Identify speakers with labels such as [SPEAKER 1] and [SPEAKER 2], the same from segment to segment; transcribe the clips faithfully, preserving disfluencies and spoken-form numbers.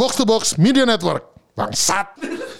[SPEAKER 1] Box to Box Media Network. Bangsat.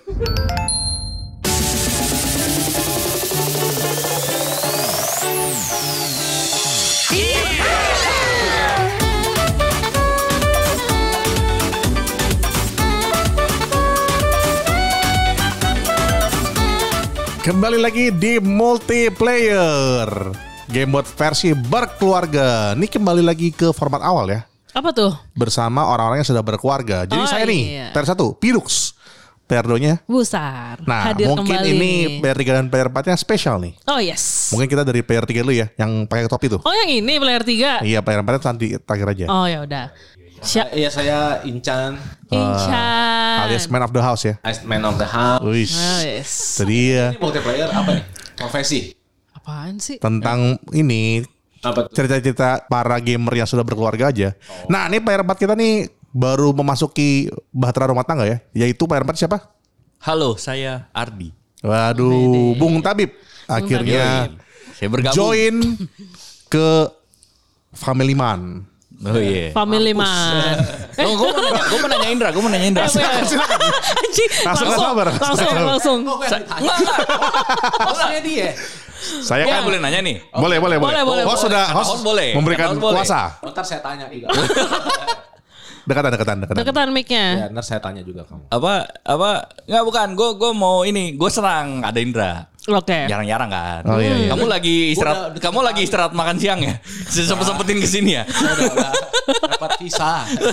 [SPEAKER 1] Kembali lagi di multiplayer game buat versi berkeluarga. Ini kembali lagi ke format awal ya.
[SPEAKER 2] Apa tuh?
[SPEAKER 1] Bersama orang-orang yang sudah berkeluarga. Jadi
[SPEAKER 2] Oh,
[SPEAKER 1] saya nih
[SPEAKER 2] iya.
[SPEAKER 1] player satu Pirux, player dua-nya
[SPEAKER 2] Busar.
[SPEAKER 1] Nah
[SPEAKER 2] Hadir
[SPEAKER 1] mungkin
[SPEAKER 2] kembali
[SPEAKER 1] ini
[SPEAKER 2] nih.
[SPEAKER 1] player tiga dan player empat-nya spesial nih.
[SPEAKER 2] Oh yes.
[SPEAKER 1] Mungkin kita dari player tiga dulu ya, yang pakai topi tuh.
[SPEAKER 2] Oh yang ini player tiga.
[SPEAKER 1] Iya, player empatnya nanti terakhir aja.
[SPEAKER 2] Oh ya udah. Siap.
[SPEAKER 3] Iya saya Incan,
[SPEAKER 2] Incan.
[SPEAKER 1] Alias man of the house ya.
[SPEAKER 3] Ice Man of the House.
[SPEAKER 1] Wih.
[SPEAKER 2] Oh, yes.
[SPEAKER 1] Tadi ya
[SPEAKER 3] Ini multiplayer apa nih? Profesi.
[SPEAKER 2] Apaan sih?
[SPEAKER 1] tentang ini
[SPEAKER 3] Apa tuh?
[SPEAKER 1] cerita-cerita para gamer yang sudah berkeluarga aja. Nah, ini player empat kita nih baru memasuki bahtera rumah tangga ya. Yaitu player empat siapa?
[SPEAKER 4] Halo, saya Ardi.
[SPEAKER 1] Waduh, Bung Tabib. Akhirnya
[SPEAKER 4] Saya bergabung.
[SPEAKER 1] join ke Family Man.
[SPEAKER 4] Oh iya.
[SPEAKER 2] Family Man.
[SPEAKER 4] Oh, gue mau nanya, gue mau nanya Indra, gue mau nanya Indra.
[SPEAKER 2] Anjing,
[SPEAKER 1] Langsung
[SPEAKER 2] langsung,
[SPEAKER 1] sabar.
[SPEAKER 2] langsung, langsung.
[SPEAKER 4] Sa- Enggak, enggak.
[SPEAKER 3] Maksudnya dia.
[SPEAKER 1] Saya
[SPEAKER 4] Saya
[SPEAKER 1] kan
[SPEAKER 4] boleh nanya nih.
[SPEAKER 1] boleh, boleh, boleh.
[SPEAKER 2] Boleh, boleh,
[SPEAKER 1] Host
[SPEAKER 2] boleh.
[SPEAKER 1] sudah
[SPEAKER 4] Kata
[SPEAKER 1] host
[SPEAKER 4] host boleh.
[SPEAKER 1] memberikan
[SPEAKER 4] Kata host boleh.
[SPEAKER 1] kuasa.
[SPEAKER 3] Ntar saya tanya juga.
[SPEAKER 1] Dekatan, dekatan, dekatan.
[SPEAKER 2] Deketan mic-nya.
[SPEAKER 3] Ya, ntar saya tanya juga kamu.
[SPEAKER 4] Apa apa? Enggak bukan. Gue gue mau ini. Gue serang ada Indra.
[SPEAKER 2] Oke.
[SPEAKER 4] Jarang-jarang kan.
[SPEAKER 1] Oh, iya, iya.
[SPEAKER 4] Kamu lagi istirahat.
[SPEAKER 3] Udah, udah
[SPEAKER 4] kamu lagi istirahat makan siang ya. Sempet-sempetin kesini ya.
[SPEAKER 3] Saya udah, udah dapat visa.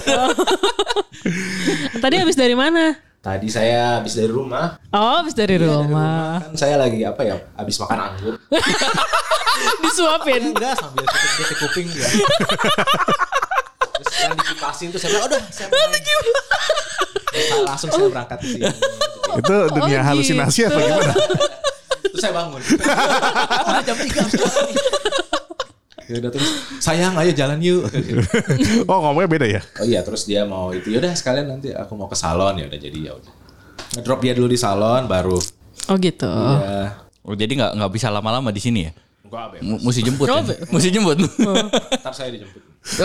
[SPEAKER 2] Tadi habis dari mana?
[SPEAKER 3] Tadi saya habis dari rumah.
[SPEAKER 2] Oh, habis dari
[SPEAKER 3] Iya, dari
[SPEAKER 2] rumah.
[SPEAKER 3] Kan saya lagi apa ya? Habis makan anggur.
[SPEAKER 2] Disuapin.
[SPEAKER 3] Enggak sambil ketik kuping dia. Terus kan dikipasin tuh saya bilang, udah saya mau main." Terus langsung saya berangkat ke sini.
[SPEAKER 1] Itu dunia
[SPEAKER 2] Oh,
[SPEAKER 1] halusinasi
[SPEAKER 2] gitu.
[SPEAKER 1] apa gimana?
[SPEAKER 3] Terus saya bangun. Udah jam tiga harus jalan nih. Ya udah terus sayang ayo jalan yuk.
[SPEAKER 1] Oh, ngomongnya beda ya?
[SPEAKER 3] Oh iya terus dia mau itu yaudah sekalian nanti aku mau ke salon ya udah jadi ya udah. Ngedrop dia dulu di salon baru.
[SPEAKER 2] Oh gitu.
[SPEAKER 3] Ya.
[SPEAKER 4] Oh jadi nggak nggak bisa lama-lama di sini ya?
[SPEAKER 3] Enggak
[SPEAKER 4] M- Mesti jemput.
[SPEAKER 2] Oh,
[SPEAKER 4] ya?
[SPEAKER 2] be-
[SPEAKER 4] Mesti jemput.
[SPEAKER 3] Ntar saya dijemput.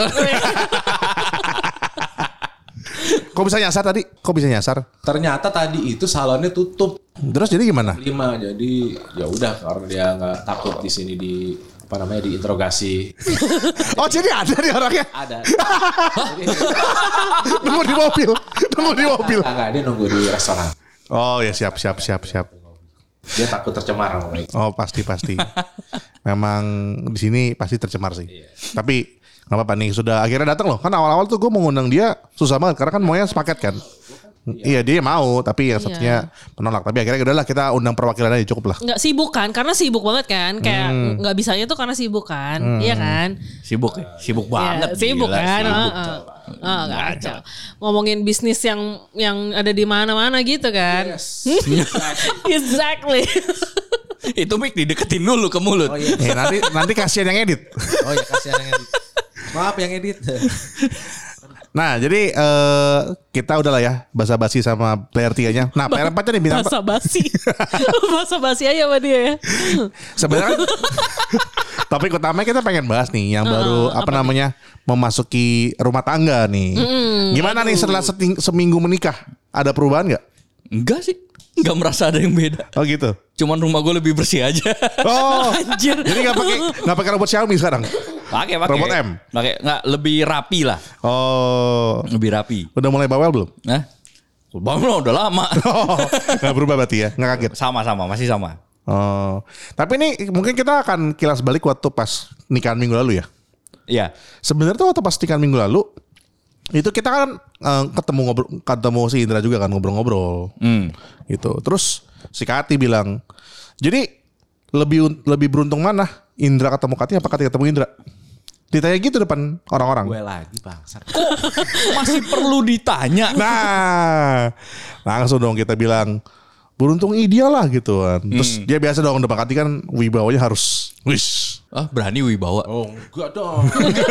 [SPEAKER 1] Kok bisa nyasar tadi? Kok bisa nyasar?
[SPEAKER 3] Ternyata tadi itu salonnya tutup
[SPEAKER 1] Terus jadi gimana?
[SPEAKER 3] lima jadi ya udah karena dia nggak takut di sini di apa namanya diinterogasi.
[SPEAKER 1] Oh, jadi ada nih orangnya.
[SPEAKER 3] Ada. Jadi,
[SPEAKER 1] Nunggu di mobil. Nunggu di mobil.
[SPEAKER 3] enggak, enggak, dia nunggu di restoran.
[SPEAKER 1] Oh ya, siap siap siap siap.
[SPEAKER 3] Dia takut tercemar sama mereka.
[SPEAKER 1] Oh, pasti pasti. Memang di sini pasti tercemar sih. Tapi nggak apa-apa nih, sudah akhirnya datang loh. Kan awal-awal tuh gue mau ngundang dia susah banget karena kan maunya sepaket kan. Iya, dia mau, tapi yang satunya menolak. Tapi akhirnya udahlah kita undang perwakilan aja cukup lah.
[SPEAKER 2] Nggak sibuk kan? Karena sibuk banget kan? Kayak nggak bisanya tuh karena sibuk kan? Iya kan?
[SPEAKER 4] Sibuk ya? Sibuk
[SPEAKER 2] Ya,
[SPEAKER 4] banget.
[SPEAKER 2] sibuk
[SPEAKER 4] gila,
[SPEAKER 2] kan?
[SPEAKER 4] Sibuk.
[SPEAKER 2] Heeh. Ah, kacau. Ngomongin bisnis yang yang ada di mana-mana gitu kan? Exactly.
[SPEAKER 4] Itu mic dideketin dulu ke mulut.
[SPEAKER 3] Oh iya.
[SPEAKER 1] Eh, nanti nanti kasihan yang edit.
[SPEAKER 3] Oh iya kasihan yang edit. Maaf yang edit.
[SPEAKER 1] Nah, jadi eh, kita udah lah ya basa-basi sama player tiganya. Nah, player empatnya nih bintang.
[SPEAKER 2] Basa basi. Basa basi aja sama dia ya.
[SPEAKER 1] Sebenarnya topik utamanya kita pengen bahas nih yang baru apa, namanya memasuki rumah tangga nih. Gimana nih setelah seting- seminggu menikah? Ada perubahan nggak?
[SPEAKER 4] Enggak sih. Enggak merasa ada yang beda.
[SPEAKER 1] Oh gitu.
[SPEAKER 4] Cuman rumah gue lebih bersih aja.
[SPEAKER 1] Oh,
[SPEAKER 2] Anjir.
[SPEAKER 1] jadi nggak pakai nggak pakai robot Xiaomi sekarang?
[SPEAKER 4] Pakai pakai.
[SPEAKER 1] Robot M?
[SPEAKER 4] Pakai enggak lebih rapi lah.
[SPEAKER 1] Oh,
[SPEAKER 4] Lebih rapi.
[SPEAKER 1] udah mulai bawel belum?
[SPEAKER 4] Nah. Bang udah lama.
[SPEAKER 1] Oh, nggak berubah berarti ya? Nggak kaget?
[SPEAKER 4] Sama-sama, masih sama.
[SPEAKER 1] Oh, tapi ini mungkin kita akan kilas balik waktu pas nikahan minggu lalu ya.
[SPEAKER 4] Iya.
[SPEAKER 1] Sebenarnya tuh waktu pas nikahan minggu lalu itu kita kan eh, ketemu ngobrol, ketemu si Indra juga kan ngobrol-ngobrol,
[SPEAKER 4] Hmm.
[SPEAKER 1] gitu. Terus si Kati bilang, jadi lebih lebih beruntung mana Indra ketemu Kati apa Kati ketemu Indra? Ditanya gitu depan orang-orang.
[SPEAKER 3] Gue lagi bangsat.
[SPEAKER 4] Masih perlu ditanya.
[SPEAKER 1] Nah, langsung dong kita bilang beruntung ideal lah gitu kan. Terus dia biasa dong depan Kati kan wibawanya harus wish.
[SPEAKER 4] Ah, berani wibawa.
[SPEAKER 3] Oh enggak dong.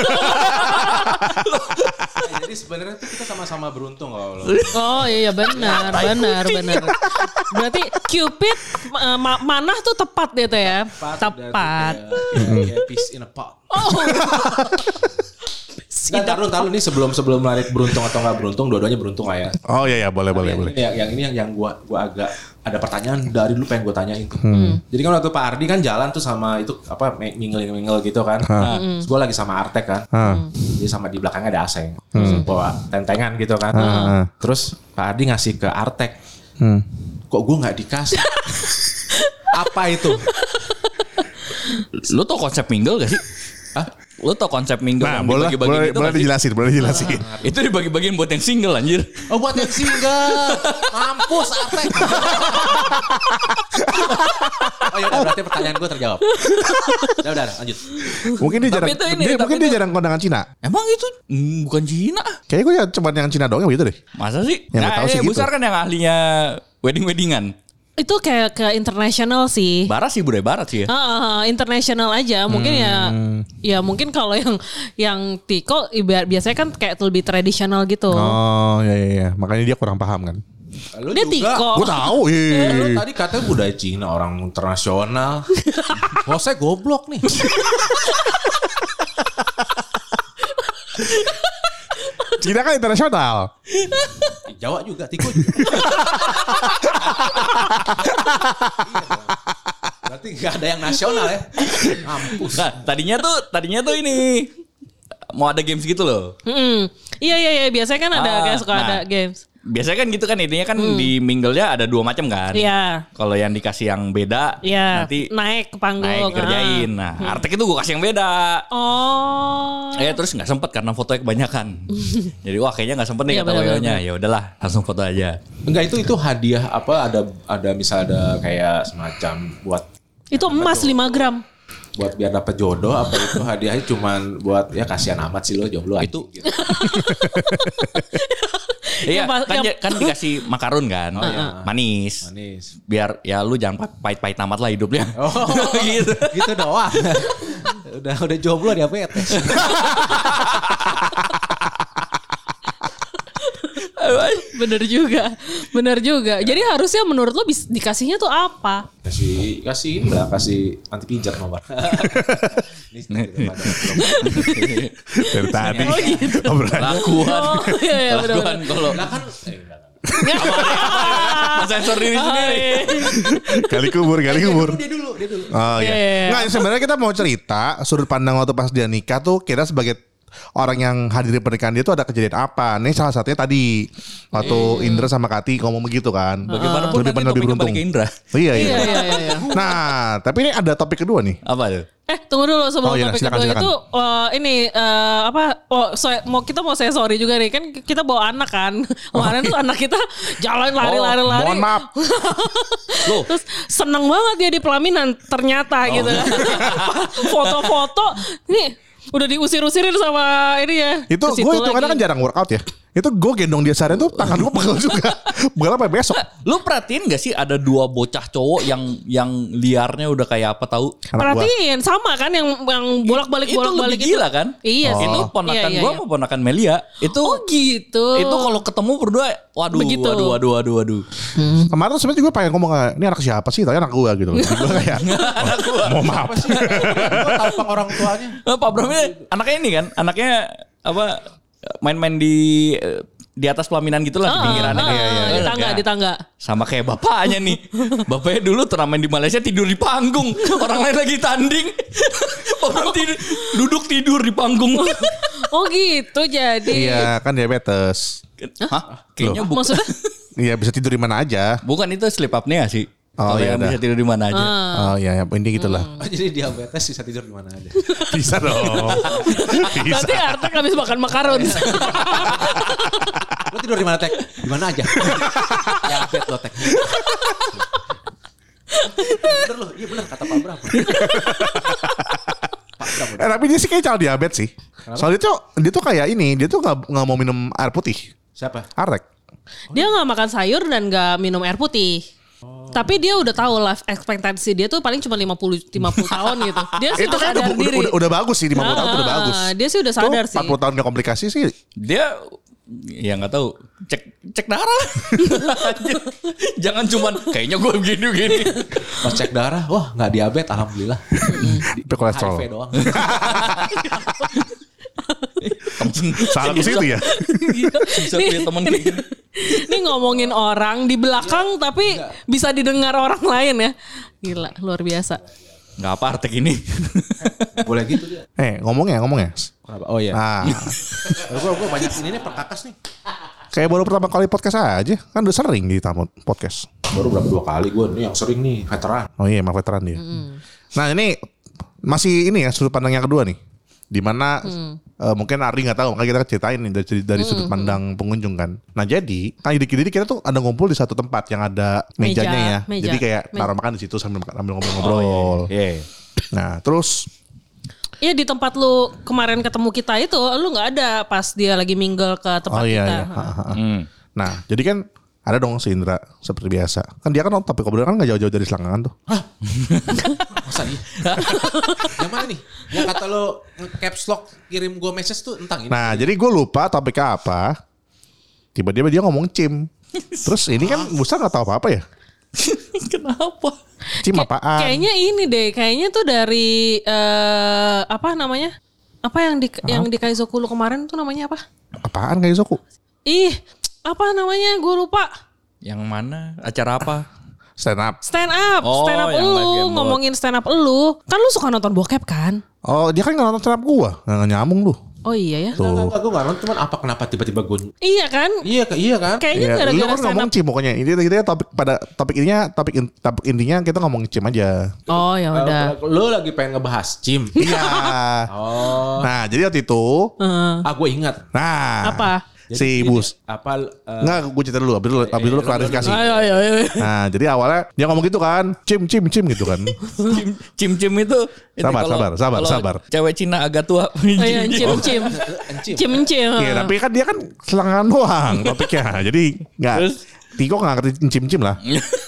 [SPEAKER 3] Nah, jadi sebenarnya tuh kita sama-sama beruntung kalau.
[SPEAKER 2] Oh iya benar, benar, benar. Berarti Cupid uh, ma- manah tuh tepat dia tuh ya.
[SPEAKER 3] Tepat.
[SPEAKER 2] Tepat.
[SPEAKER 3] Kayak, kayak piece in a pot.
[SPEAKER 2] Oh.
[SPEAKER 3] Nggak, taruh, taruh nih sebelum sebelum menarik beruntung atau nggak beruntung, dua-duanya beruntung lah ya.
[SPEAKER 1] Oh iya ya boleh boleh
[SPEAKER 3] yang
[SPEAKER 1] boleh.
[SPEAKER 3] Ini, yang, yang ini yang yang gua gua agak ada pertanyaan dari dulu pengen gue tanyain tuh. Hmm. Jadi kan waktu Pak Ardi kan jalan tuh sama itu apa mingle-mingle gitu kan. Nah, terus gue lagi sama Artek kan. Hmm. Jadi sama di belakangnya ada Aseng. Hmm. Bawa tentengan gitu kan. Hmm. Terus Pak Ardi ngasih ke Artek. Hmm. Kok gue nggak dikasih? Apa itu?
[SPEAKER 4] Lu tau konsep mingle gak sih? Hah? Lu tau konsep mingle
[SPEAKER 1] nah,
[SPEAKER 4] yang
[SPEAKER 1] boleh,
[SPEAKER 4] dibagi-bagiin
[SPEAKER 1] boleh,
[SPEAKER 4] itu
[SPEAKER 1] boleh dijelasin, boleh dijelasin.
[SPEAKER 4] Nah, itu dibagi-bagiin buat yang single anjir.
[SPEAKER 3] Oh buat yang single. Mampus Artek. Oh yaudah berarti pertanyaan gue terjawab. Udah udah lanjut.
[SPEAKER 1] Mungkin dia jarang,
[SPEAKER 4] ini,
[SPEAKER 1] dia, mungkin
[SPEAKER 4] itu,
[SPEAKER 1] dia jarang kondangan Cina.
[SPEAKER 4] Emang itu mm, bukan Cina?
[SPEAKER 1] Kayaknya gue ya cuma yang Cina doang begitu deh.
[SPEAKER 4] Masa sih?
[SPEAKER 1] Yang
[SPEAKER 4] nah,
[SPEAKER 1] tahu
[SPEAKER 4] eh,
[SPEAKER 1] sih
[SPEAKER 4] Busar
[SPEAKER 1] gitu.
[SPEAKER 4] kan yang ahlinya wedding-weddingan.
[SPEAKER 2] Itu kayak ke international sih.
[SPEAKER 4] Barat sih budaya barat sih ya.
[SPEAKER 2] Uh, uh, international aja. Mungkin hmm. ya ya mungkin kalau yang yang Tiko biasanya kan kayak lebih tradisional gitu.
[SPEAKER 1] Oh iya iya iya. Makanya dia kurang paham kan.
[SPEAKER 3] Lu
[SPEAKER 2] dia
[SPEAKER 3] juga.
[SPEAKER 2] Tiko.
[SPEAKER 1] Gue tahu. Iya.
[SPEAKER 3] Lu tadi katanya budaya Cina orang internasional. Oh saya goblok nih.
[SPEAKER 1] Cina kan internasional.
[SPEAKER 3] Jawa juga, Tiko juga. Iya, berarti nggak ada yang nasional ya? Mampus.
[SPEAKER 4] Nah, tadinya tuh tadinya tuh ini mau ada games gitu loh.
[SPEAKER 2] Hmm. Iya iya iya biasanya kan ada
[SPEAKER 4] Ah,
[SPEAKER 2] kayak suka
[SPEAKER 4] nah.
[SPEAKER 2] ada games.
[SPEAKER 4] Biasanya kan gitu kan intinya kan hmm. di mingle-nya ada dua macam kan.
[SPEAKER 2] Iya.
[SPEAKER 4] Kalau yang dikasih yang beda
[SPEAKER 2] Iya.
[SPEAKER 4] nanti
[SPEAKER 2] Naik ke panggung.
[SPEAKER 4] naik dikerjain. Nah, hmm. Artek itu gue kasih yang beda.
[SPEAKER 2] Oh.
[SPEAKER 4] Eh terus nggak sempet karena fotonya kebanyakan. Jadi wah kayaknya nggak sempet nih
[SPEAKER 2] Iya,
[SPEAKER 4] kata Wayonya. Ya udahlah langsung foto aja.
[SPEAKER 3] Enggak itu itu hadiah apa ada ada misal ada kayak semacam buat
[SPEAKER 2] Itu emas lima gram.
[SPEAKER 3] buat biar dapat jodoh apa itu hadiahnya cuman buat ya kasihan amat sih lo jomblo
[SPEAKER 4] Itu
[SPEAKER 3] gitu.
[SPEAKER 4] Iya
[SPEAKER 2] Yang-
[SPEAKER 4] kan,
[SPEAKER 2] yang-
[SPEAKER 4] kan dikasih makarun kan.
[SPEAKER 3] Oh, iya.
[SPEAKER 4] Manis.
[SPEAKER 3] Manis.
[SPEAKER 4] Biar ya lu jangan pahit-pahit amat lah hidupnya.
[SPEAKER 3] Oh
[SPEAKER 4] gitu.
[SPEAKER 3] gitu doang. udah udah jomblo diabetes.
[SPEAKER 2] Bener juga. Bener juga. Jadi harusnya menurut lo bis, dikasihnya tuh apa?
[SPEAKER 3] Kasih kasih ini lah kasih anti pijat nomor. Ini daripada
[SPEAKER 1] Dari tadi.
[SPEAKER 2] Oh gitu.
[SPEAKER 1] Obrolan.
[SPEAKER 4] Lakuan.
[SPEAKER 2] Oh iya iya bener.
[SPEAKER 4] Lakuan kalau
[SPEAKER 3] Lah kan eh, enggak, enggak.
[SPEAKER 4] Mas sensor diri sendiri.
[SPEAKER 1] Kali kubur, kali kubur.
[SPEAKER 3] Dia dulu, dia dulu.
[SPEAKER 1] Oh
[SPEAKER 2] Iya, iya,
[SPEAKER 1] iya.
[SPEAKER 2] iya.
[SPEAKER 1] Nggak, sebenarnya kita mau cerita sudut pandang waktu pas dia nikah tuh kita sebagai orang yang hadiri pernikahan dia tuh ada kejadian apa. Nih salah satunya tadi waktu Indra sama Kati ngomong begitu kan.
[SPEAKER 4] Bagaimanapun
[SPEAKER 1] Lebih
[SPEAKER 4] nanti
[SPEAKER 1] lebih
[SPEAKER 4] topiknya
[SPEAKER 1] beruntung.
[SPEAKER 4] balik ke Indra.
[SPEAKER 1] Oh, iya,
[SPEAKER 2] Iya
[SPEAKER 1] iya.
[SPEAKER 2] iya iya. iya.
[SPEAKER 1] Nah, tapi ini ada topik kedua nih.
[SPEAKER 4] Apa tuh?
[SPEAKER 2] Eh tunggu dulu sebelum
[SPEAKER 1] Oh, iya,
[SPEAKER 2] topik
[SPEAKER 1] silakan,
[SPEAKER 2] kedua
[SPEAKER 1] silakan.
[SPEAKER 2] itu uh, ini uh, apa? Oh, so, mau kita mau saya sorry juga nih kan kita bawa anak kan. Kemarin tuh anak kita jalan lari-lari lari.
[SPEAKER 1] Mohon maaf.
[SPEAKER 4] Loh.
[SPEAKER 2] Terus seneng banget dia di pelaminan ternyata gitu kan. Foto-foto nih udah diusir-usirin sama ini ya.
[SPEAKER 1] Itu
[SPEAKER 2] ke situ
[SPEAKER 1] gue itu
[SPEAKER 2] lagi.
[SPEAKER 1] kadang kan jarang workout ya. Itu gue gendong dia seharian tuh tangan gue pegel juga. Bukan apa besok.
[SPEAKER 4] Lu perhatiin gak sih ada dua bocah cowok yang yang liarnya udah kayak apa tahu?
[SPEAKER 1] Anak gua.
[SPEAKER 2] Perhatiin sama kan yang yang bolak-balik
[SPEAKER 4] Itu
[SPEAKER 2] bolak-balik
[SPEAKER 4] lebih gila kan?
[SPEAKER 2] Iya sih.
[SPEAKER 4] Itu ponakan
[SPEAKER 2] Iya, iya,
[SPEAKER 4] gua
[SPEAKER 2] iya.
[SPEAKER 4] sama ponakan Melia. Itu
[SPEAKER 2] Oh gitu.
[SPEAKER 4] itu kalau ketemu berdua waduh
[SPEAKER 2] Begitu.
[SPEAKER 4] waduh waduh waduh waduh.
[SPEAKER 1] Kemarin tuh sebenarnya gue pengen ngomong kayak, ini anak siapa sih? Tapi anak gue gitu. Jadi gue kayak, mau maaf.
[SPEAKER 3] Apa sih? Gua tampang orang tuanya.
[SPEAKER 4] Eh, Pak Bro ini anaknya ini kan, anaknya apa main-main di di atas pelaminan gitu lah di
[SPEAKER 2] Ah,
[SPEAKER 4] pinggirannya.
[SPEAKER 2] ah,
[SPEAKER 4] Iya, iya,
[SPEAKER 2] di
[SPEAKER 4] iya.
[SPEAKER 2] tangga, di tangga.
[SPEAKER 4] Sama kayak bapaknya nih. Bapaknya dulu turnamen di Malaysia tidur di panggung. Orang lain lagi tanding. Orang tidur, duduk tidur di panggung.
[SPEAKER 2] Oh gitu jadi.
[SPEAKER 1] Iya kan diabetes.
[SPEAKER 4] Hah? Kayaknya bukan.
[SPEAKER 2] Maksudnya?
[SPEAKER 1] Iya bisa tidur di mana aja.
[SPEAKER 4] Bukan itu sleep apnea sih.
[SPEAKER 1] Oh,
[SPEAKER 4] Kalau
[SPEAKER 1] iya
[SPEAKER 4] yang
[SPEAKER 1] dah.
[SPEAKER 4] bisa tidur di mana aja.
[SPEAKER 1] Oh iya, ya, intinya gitulah.
[SPEAKER 3] Oh, jadi diabetes bisa tidur di mana aja.
[SPEAKER 1] Bisa dong. Bisa.
[SPEAKER 2] Berarti Artek habis makan makarun.
[SPEAKER 3] Lo tidur di mana Tek? Di mana aja? Diabetes lo Tek. Bener lo, iya bener kata Pak Bram. Pak Bram.
[SPEAKER 1] Eh, tapi dia sih kayak calon diabetes sih. Soalnya dia tuh dia tuh kayak ini, dia tuh nggak nggak mau minum air putih.
[SPEAKER 3] Siapa?
[SPEAKER 1] Artek.
[SPEAKER 2] Dia nggak makan sayur dan nggak minum air putih. Tapi dia udah tahu life expectancy dia tuh paling cuma lima puluh tahun gitu. Dia sih
[SPEAKER 1] Itu
[SPEAKER 2] udah
[SPEAKER 1] kan
[SPEAKER 2] sadar
[SPEAKER 1] udah,
[SPEAKER 2] diri.
[SPEAKER 1] udah, udah bagus sih, lima puluh tahun udah
[SPEAKER 2] Ah,
[SPEAKER 1] bagus.
[SPEAKER 2] dia sih udah sadar
[SPEAKER 1] Tuh,
[SPEAKER 2] sih.
[SPEAKER 1] empat puluh tahun gak komplikasi sih.
[SPEAKER 4] Dia ya nggak tahu cek cek darah. Jangan cuman kayaknya gue begini begini.
[SPEAKER 3] Pas cek darah, wah nggak diabetes, alhamdulillah.
[SPEAKER 1] Tapi kolesterol.
[SPEAKER 3] H I V doang.
[SPEAKER 1] Salah ke situ ya.
[SPEAKER 4] Bisa punya temen kayak gini.
[SPEAKER 2] Ini ngomongin orang di belakang tapi bisa didengar orang lain ya. Gila, luar biasa.
[SPEAKER 4] Gak apa Artek ini.
[SPEAKER 3] Boleh gitu dia.
[SPEAKER 1] Eh ngomongnya ngomongnya.
[SPEAKER 3] Kenapa? Oh iya.
[SPEAKER 1] Ah,
[SPEAKER 3] Gue gue banyak ini nih perkakas nih.
[SPEAKER 1] kayak baru pertama kali podcast aja. Kan udah sering di tamu podcast.
[SPEAKER 3] Baru berapa dua kali gue nih yang sering nih veteran.
[SPEAKER 1] Oh iya, emang veteran dia. Nah ini masih ini ya sudut pandang yang kedua nih. Dimana hmm. uh, mungkin Ari nggak tahu, makanya kita ceritain nih dari, dari hmm. sudut pandang pengunjung kan. Nah jadi kan jadi kita tuh ada ngumpul di satu tempat yang ada mejanya
[SPEAKER 2] meja,
[SPEAKER 1] ya.
[SPEAKER 2] Meja,
[SPEAKER 1] jadi kayak
[SPEAKER 2] meja.
[SPEAKER 1] taruh makan di situ sambil sambil ngobrol-ngobrol.
[SPEAKER 3] Oh, iya, iya.
[SPEAKER 1] Nah terus
[SPEAKER 2] Iya di tempat lu kemarin ketemu kita itu, lu nggak ada pas dia lagi mingle ke tempat
[SPEAKER 1] oh, iya,
[SPEAKER 2] kita.
[SPEAKER 1] Iya. Ha, ha, ha.
[SPEAKER 4] Hmm.
[SPEAKER 1] Nah jadi kan ada dong si Indra seperti biasa. Kan dia kan topik obrolan kan nggak jauh-jauh dari selangkangan tuh.
[SPEAKER 3] Hah? Masa dia? Yang mana nih? Yang kata lo nge-caps lock kirim gue message tuh tentang ini.
[SPEAKER 1] Nah jadi gue lupa topiknya apa. Tiba-tiba dia ngomong cim. Terus ini kan Busa nggak tahu apa-apa ya.
[SPEAKER 4] Kenapa?
[SPEAKER 1] Cim
[SPEAKER 2] Kay-
[SPEAKER 1] apaan?
[SPEAKER 2] Kayaknya ini deh, kayaknya tuh dari eh apa namanya? Apa yang di yang di Kaizokulu kemarin tuh namanya apa?
[SPEAKER 1] Apaan kayak Soku?
[SPEAKER 2] Ih, apa namanya? Gue lupa.
[SPEAKER 4] Yang mana? Acara apa?
[SPEAKER 1] Stand up.
[SPEAKER 2] Stand up,
[SPEAKER 4] Oh,
[SPEAKER 2] stand up
[SPEAKER 4] yang
[SPEAKER 2] lu,
[SPEAKER 4] bagian bot.
[SPEAKER 2] ngomongin stand up lu. Kan lu suka nonton bokep kan?
[SPEAKER 1] Oh dia kan nggak nonton stand up gua. Nggak nyambung lu.
[SPEAKER 2] Oh iya ya.
[SPEAKER 3] Enggak, enggak, enggak, gue gak nonton, cuman apa kenapa tiba-tiba gue...
[SPEAKER 2] Iya kan?
[SPEAKER 3] Iya, iya kan?
[SPEAKER 2] Kayaknya
[SPEAKER 1] Iya, lu
[SPEAKER 2] gara-gara
[SPEAKER 1] kan
[SPEAKER 2] stand
[SPEAKER 1] ngomong
[SPEAKER 2] up.
[SPEAKER 1] cim pokoknya. Ini kita topik pada topik ininya topik, in, topik intinya kita ngomong cim aja.
[SPEAKER 2] Oh ya udah.
[SPEAKER 3] Uh, lo lagi pengen ngebahas Cim.
[SPEAKER 1] Iya.
[SPEAKER 3] Oh.
[SPEAKER 1] Nah jadi waktu itu,
[SPEAKER 2] Heeh.
[SPEAKER 3] Ah gue ingat.
[SPEAKER 1] nah
[SPEAKER 2] Apa?
[SPEAKER 1] si
[SPEAKER 3] gini,
[SPEAKER 1] Bus.
[SPEAKER 3] Apa... Uh,
[SPEAKER 1] Enggak, gue cerita dulu. Abis dulu, abis dulu klarifikasi.
[SPEAKER 2] Ayo ayo ayo.
[SPEAKER 1] Nah jadi awalnya dia ngomong gitu kan, cim cim cim gitu kan.
[SPEAKER 4] Cim cim, cim itu, itu
[SPEAKER 1] Sabar,
[SPEAKER 4] kalau-
[SPEAKER 1] sabar, sabar,
[SPEAKER 4] kalau
[SPEAKER 1] sabar.
[SPEAKER 4] Cewek Cina agak tua.
[SPEAKER 2] Ayo cim cim.
[SPEAKER 3] Encim.
[SPEAKER 2] Cim cim.
[SPEAKER 1] Iya tapi kan dia kan selangkangan doang topiknya. Jadi nggak.
[SPEAKER 4] Terus?
[SPEAKER 1] Tiko nggak ngerti cim cim lah.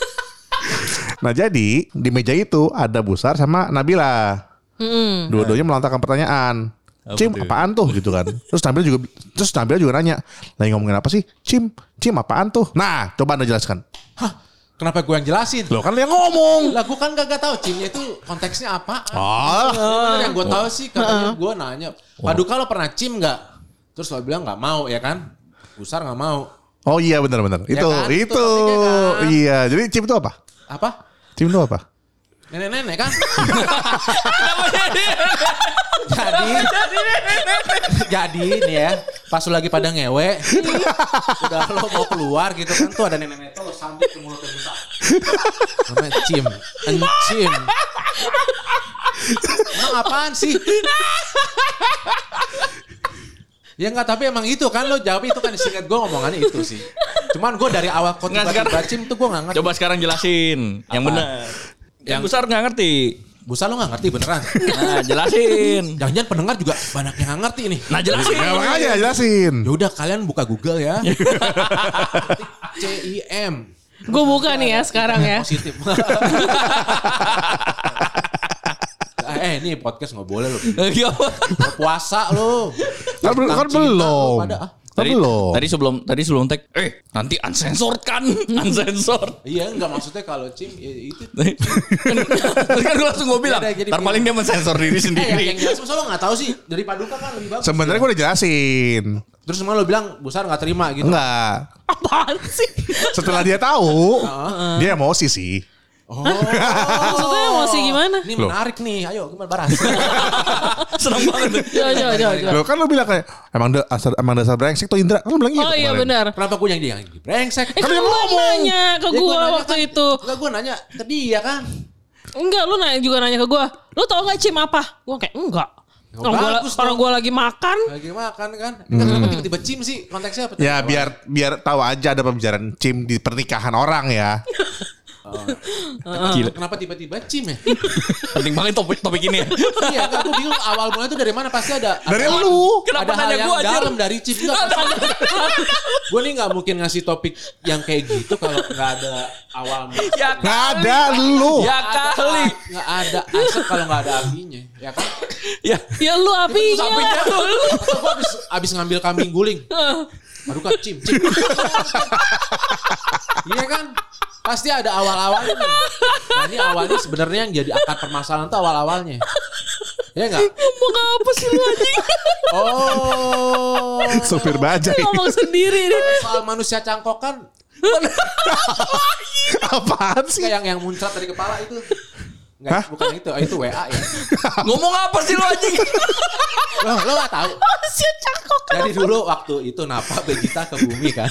[SPEAKER 1] Nah jadi di meja itu ada Busar sama Nabila.
[SPEAKER 2] Mm-mm.
[SPEAKER 1] Dua-duanya melontarkan pertanyaan.
[SPEAKER 4] Apa
[SPEAKER 1] Cim
[SPEAKER 4] tuh?
[SPEAKER 1] apaan tuh gitu kan. Terus Nabila juga terus Nabila juga nanya, lagi ngomongin apa sih? Cim, Cim apaan tuh? Nah, coba Anda jelaskan.
[SPEAKER 3] Hah? Kenapa gue yang jelasin?
[SPEAKER 1] Loh kan dia ngomong.
[SPEAKER 3] Lah gue kan gak tahu Cimnya itu konteksnya apa.
[SPEAKER 1] Oh.
[SPEAKER 3] Yang gue tahu sih katanya gue nanya. Paduka lo pernah Cim gak? Terus lo bilang gak mau ya kan? Busar gak mau.
[SPEAKER 1] Oh iya benar-benar.
[SPEAKER 3] Ya
[SPEAKER 1] Itu,
[SPEAKER 3] kan? Itu
[SPEAKER 1] itu.
[SPEAKER 3] topiknya kan?
[SPEAKER 1] Iya, jadi Cim itu apa?
[SPEAKER 3] Apa?
[SPEAKER 1] Cim itu apa?
[SPEAKER 3] Nenek-nenek kan? jadi jadi nih ya pas lu lagi pada ngewe udah lo mau keluar gitu kan tuh ada nenek-nenek tuh lo sambit ke mulutnya Busa namanya Cim encim emang apaan sih ya enggak tapi emang itu kan lo jawab itu kan singkat gue ngomongannya itu sih cuman gue dari awal kok
[SPEAKER 4] Nggak,
[SPEAKER 3] tiba-tiba
[SPEAKER 4] sekarang-
[SPEAKER 3] Cim tuh gue gak ngerti
[SPEAKER 4] Coba sekarang jelasin yang
[SPEAKER 3] Apa?
[SPEAKER 4] benar. Yang
[SPEAKER 3] Yang-
[SPEAKER 4] besar nggak ngerti.
[SPEAKER 3] Busa lo gak ngerti beneran
[SPEAKER 4] Nah, jelasin.
[SPEAKER 3] jangan-jangan pendengar juga banyak yang gak ngerti nih
[SPEAKER 4] Nah, jelasin.
[SPEAKER 1] Ya makanya jelasin.
[SPEAKER 3] ya udah kalian buka Google ya C I M
[SPEAKER 2] Gue buka nih ya sekarang ya.
[SPEAKER 3] positif eh ini podcast nggak boleh lo Nggak puasa lo
[SPEAKER 1] Kan belum- kan
[SPEAKER 3] Tentang cinta
[SPEAKER 1] belum.
[SPEAKER 3] lo pada, ah.
[SPEAKER 1] Kan
[SPEAKER 4] Tadi,
[SPEAKER 1] belum.
[SPEAKER 4] tadi sebelum tadi sebelum tag, eh nanti uncensored kan, uncensored.
[SPEAKER 3] Iya nggak maksudnya kalau Cim ya itu
[SPEAKER 4] kan, kan gue langsung gue bilang,
[SPEAKER 3] Ya udah, jadi
[SPEAKER 4] ntar paling dia mensensor diri
[SPEAKER 3] eh yang,
[SPEAKER 4] sendiri.
[SPEAKER 3] yang jelas masa lo nggak tahu sih dari Paduka kan lebih bagus
[SPEAKER 1] Sebenarnya gue udah jelasin.
[SPEAKER 3] terus semua lo bilang Busar nggak terima gitu
[SPEAKER 1] Enggak.
[SPEAKER 2] Apaan sih?
[SPEAKER 1] Setelah dia tahu, dia emosi sih.
[SPEAKER 3] oh
[SPEAKER 2] Maksudnya emosi gimana?
[SPEAKER 3] ini
[SPEAKER 1] Loh.
[SPEAKER 3] menarik nih ayo gimana baras
[SPEAKER 4] Seneng banget.
[SPEAKER 2] Coba coba coba. coba.
[SPEAKER 1] Loh kan lu bilang kayak emang dasar emang dasar brengsek tuh Indra. Kan lu bilang gitu.
[SPEAKER 2] Oh iya
[SPEAKER 1] kemarin.
[SPEAKER 2] benar.
[SPEAKER 3] kenapa gue yang dia yang brengsek
[SPEAKER 2] Eh kan lu nanya ke
[SPEAKER 3] Ya,
[SPEAKER 2] gue
[SPEAKER 3] nanya
[SPEAKER 2] waktu
[SPEAKER 3] kan-
[SPEAKER 2] itu.
[SPEAKER 3] Enggak gue nanya ke dia kan
[SPEAKER 2] Enggak, lu nanya juga nanya ke gue. Lu tau gak Cim apa? Gue kayak enggak.
[SPEAKER 3] Oh,
[SPEAKER 2] Orang gua,
[SPEAKER 3] bagus
[SPEAKER 2] orang
[SPEAKER 3] dong.
[SPEAKER 2] gue lagi makan.
[SPEAKER 3] lagi makan kan Enggak, kenapa tiba-tiba Cim sih konteksnya apa
[SPEAKER 1] Ya biar biar tahu aja ada pembicaraan Cim di pernikahan orang ya.
[SPEAKER 4] Gila.
[SPEAKER 3] kenapa tiba-tiba Cim ya
[SPEAKER 4] Penting banget topik topik ini ya.
[SPEAKER 3] iya kan gue bingung awal mulai itu dari mana pasti ada
[SPEAKER 1] Dari
[SPEAKER 3] ada,
[SPEAKER 1] lu.
[SPEAKER 4] Kenapa
[SPEAKER 3] ada hal
[SPEAKER 4] nanya
[SPEAKER 3] yang
[SPEAKER 4] gua, anjir?
[SPEAKER 3] dalam dari Cim gue nih nggak mungkin ngasih topik yang kayak gitu kalau nggak ada awal mulai
[SPEAKER 4] Ya
[SPEAKER 1] Nggak
[SPEAKER 4] kali.
[SPEAKER 1] ada lu.
[SPEAKER 4] Ya kali.
[SPEAKER 3] nggak ada asap kalau nggak ada apinya ya kan
[SPEAKER 4] Ya.
[SPEAKER 2] Ya lu apinya.
[SPEAKER 4] Sampingnya tuh lu.
[SPEAKER 3] masa gue abis abis ngambil kambing guling baru kan Cim Cim iya kan pasti ada awal-awalnya nih. Nah ini awalnya sebenarnya yang jadi akar permasalahan tuh awal-awalnya Ya enggak?
[SPEAKER 2] Ngomong apa sih lu anjing?
[SPEAKER 3] Oh.
[SPEAKER 1] Sopir bajai.
[SPEAKER 2] Ngomong sendiri nih.
[SPEAKER 3] Soal manusia cangkokan.
[SPEAKER 1] Apaan sih?
[SPEAKER 3] Kayak yang yang muncrat dari kepala itu. Enggak, bukan itu. Itu W A ya.
[SPEAKER 4] Ngomong apa sih lu anjing?
[SPEAKER 3] Lo lo gak tahu.
[SPEAKER 2] Manusia cangkok.
[SPEAKER 3] Jadi dulu waktu itu Napa Vegeta ke bumi kan.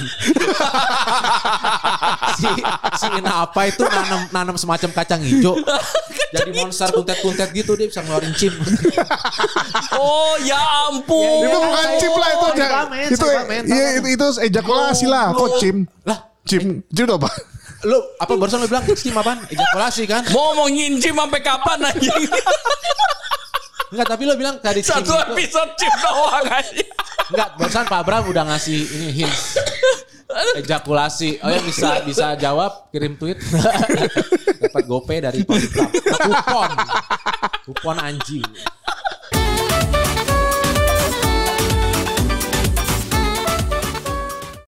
[SPEAKER 3] si si Napa itu nanam nanam semacam kacang hijau. Jadi monster kuntet-kuntet gitu dia bisa ngeluarin chip.
[SPEAKER 4] Oh ya ampun.
[SPEAKER 1] Itu bukan chip lah itu.
[SPEAKER 3] Cyberman,
[SPEAKER 1] Itu
[SPEAKER 3] Cyberman,
[SPEAKER 1] iya itu, itu ejakulasi lah. Kok cim?
[SPEAKER 3] Lah,
[SPEAKER 1] Cim, cim itu apa?
[SPEAKER 3] lu apa barusan lu bilang chip apaan? Ejakulasi kan?
[SPEAKER 4] Mau ngomongin Jim sampai kapan anjing?
[SPEAKER 3] Enggak, tapi lu bilang tadi chip
[SPEAKER 4] Satu
[SPEAKER 3] itu.
[SPEAKER 4] episode Jim doang aja.
[SPEAKER 3] Enggak, barusan Pak Bram udah ngasih ini hints. Ejakulasi. Oh yang bisa bisa jawab kirim tweet. Dapat gope dari Pak Bram. Kupon. Kupon anjing.